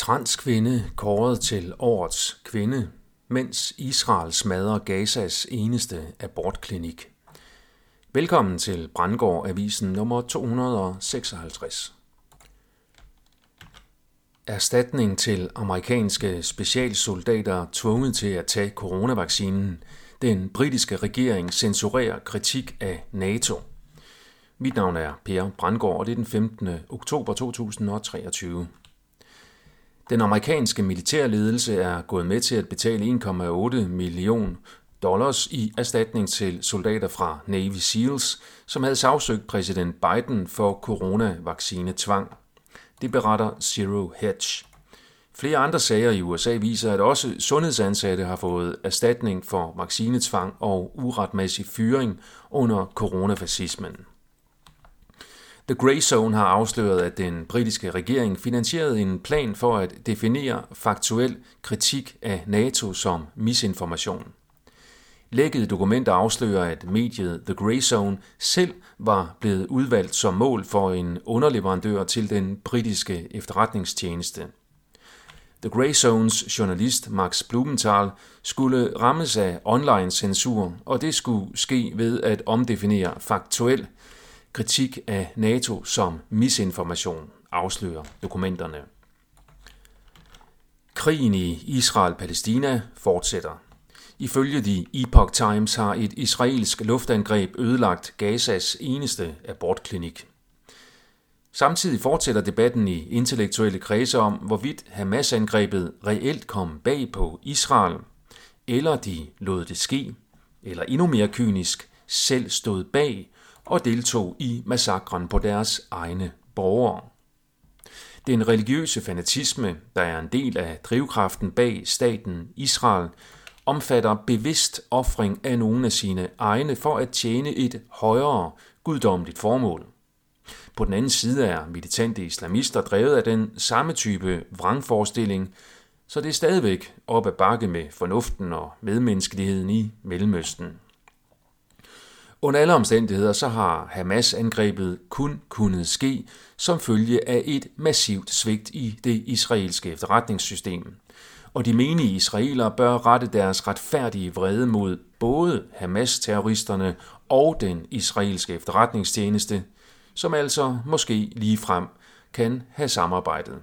Transkvinde kåret til årets kvinde, mens Israel smadrer Gazas eneste abortklinik. Velkommen til Brandgård Avisen nummer 256. Erstatning til amerikanske specialsoldater tvunget til at tage coronavaccinen. Den britiske regering censurerer kritik af NATO. Mit navn er Per Brandgård, og det er den 15. oktober 2023. Den amerikanske militærledelse er gået med til at betale $1,8 million i erstatning til soldater fra Navy SEALs, som havde sagsøgt præsident Biden for coronavaccinetvang. Det beretter Zero Hedge. Flere andre sager i USA viser, at også sundhedsansatte har fået erstatning for vaccinetvang og uretmæssig fyring under coronafascismen. The Grey Zone har afsløret, at den britiske regering finansierede en plan for at definere faktuel kritik af NATO som misinformation. Lækkede dokumenter afslører, at mediet The Grey Zone selv var blevet udvalgt som mål for en underleverandør til den britiske efterretningstjeneste. The Grey Zones journalist Max Blumenthal skulle rammes af online-censur, og det skulle ske ved at omdefinere faktuel kritik af NATO som misinformation, afslører dokumenterne. Krigen i Israel-Palæstina fortsætter. Ifølge The Epoch Times har et israelsk luftangreb ødelagt Gazas eneste abortklinik. Samtidig fortsætter debatten i intellektuelle kredse om, hvorvidt Hamas-angrebet reelt kom bag på Israel, eller de lod det ske, eller endnu mere kynisk, selv stod bag og deltog i massakren på deres egne borgere. Den religiøse fanatisme, der er en del af drivkraften bag staten Israel, omfatter bevidst ofring af nogle af sine egne for at tjene et højere guddommeligt formål. På den anden side er militante islamister drevet af den samme type vrangforestilling, så det er stadigvæk op ad bakke med fornuften og medmenneskeligheden i Mellemøsten. Under alle omstændigheder så har Hamas-angrebet kun kunnet ske som følge af et massivt svigt i det israelske efterretningssystem. Og de menige israelere bør rette deres retfærdige vrede mod både Hamas-terroristerne og den israelske efterretningstjeneste, som altså måske ligefrem kan have samarbejdet.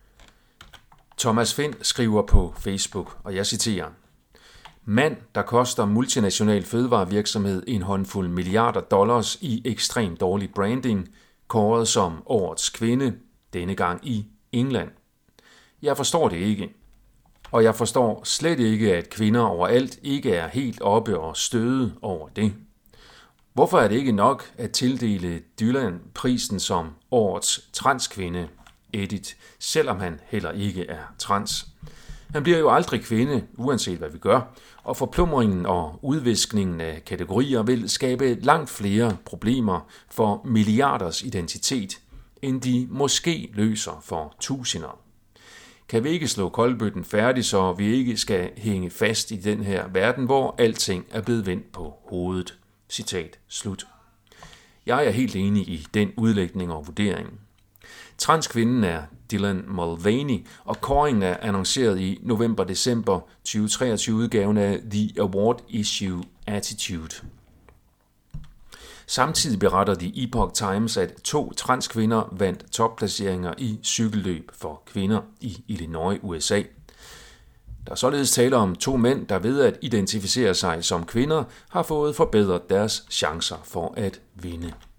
Thomas Finn skriver på Facebook, og jeg citerer: "Mand, der koster multinational fødevarevirksomhed en håndfuld milliarder dollars i ekstremt dårlig branding, kåret som årets kvinde, denne gang i England. Jeg forstår det ikke. Og jeg forstår slet ikke, at kvinder overalt ikke er helt oppe og støde over det. Hvorfor er det ikke nok at tildele Dylan prisen som årets transkvinde, Edith, selvom han heller ikke er trans? Han bliver jo aldrig kvinde, uanset hvad vi gør, og forplumringen og udviskningen af kategorier vil skabe langt flere problemer for milliarders identitet, end de måske løser for tusinder. Kan vi ikke slå koldbøtten færdig, så vi ikke skal hænge fast i den her verden, hvor alting er blevet vendt på hovedet?" Citat slut. Jeg er helt enig i den udlægning og vurdering. Transkvinden er Dylan Mulvaney, og kåringen er annonceret i november-december 2023-udgaven af The Award Issue Attitude. Samtidig beretter The Epoch Times, at 2 transkvinder vandt topplaceringer i cykelløb for kvinder i Illinois, USA. Der er således tale om 2 mænd, der ved at identificere sig som kvinder, har fået forbedret deres chancer for at vinde.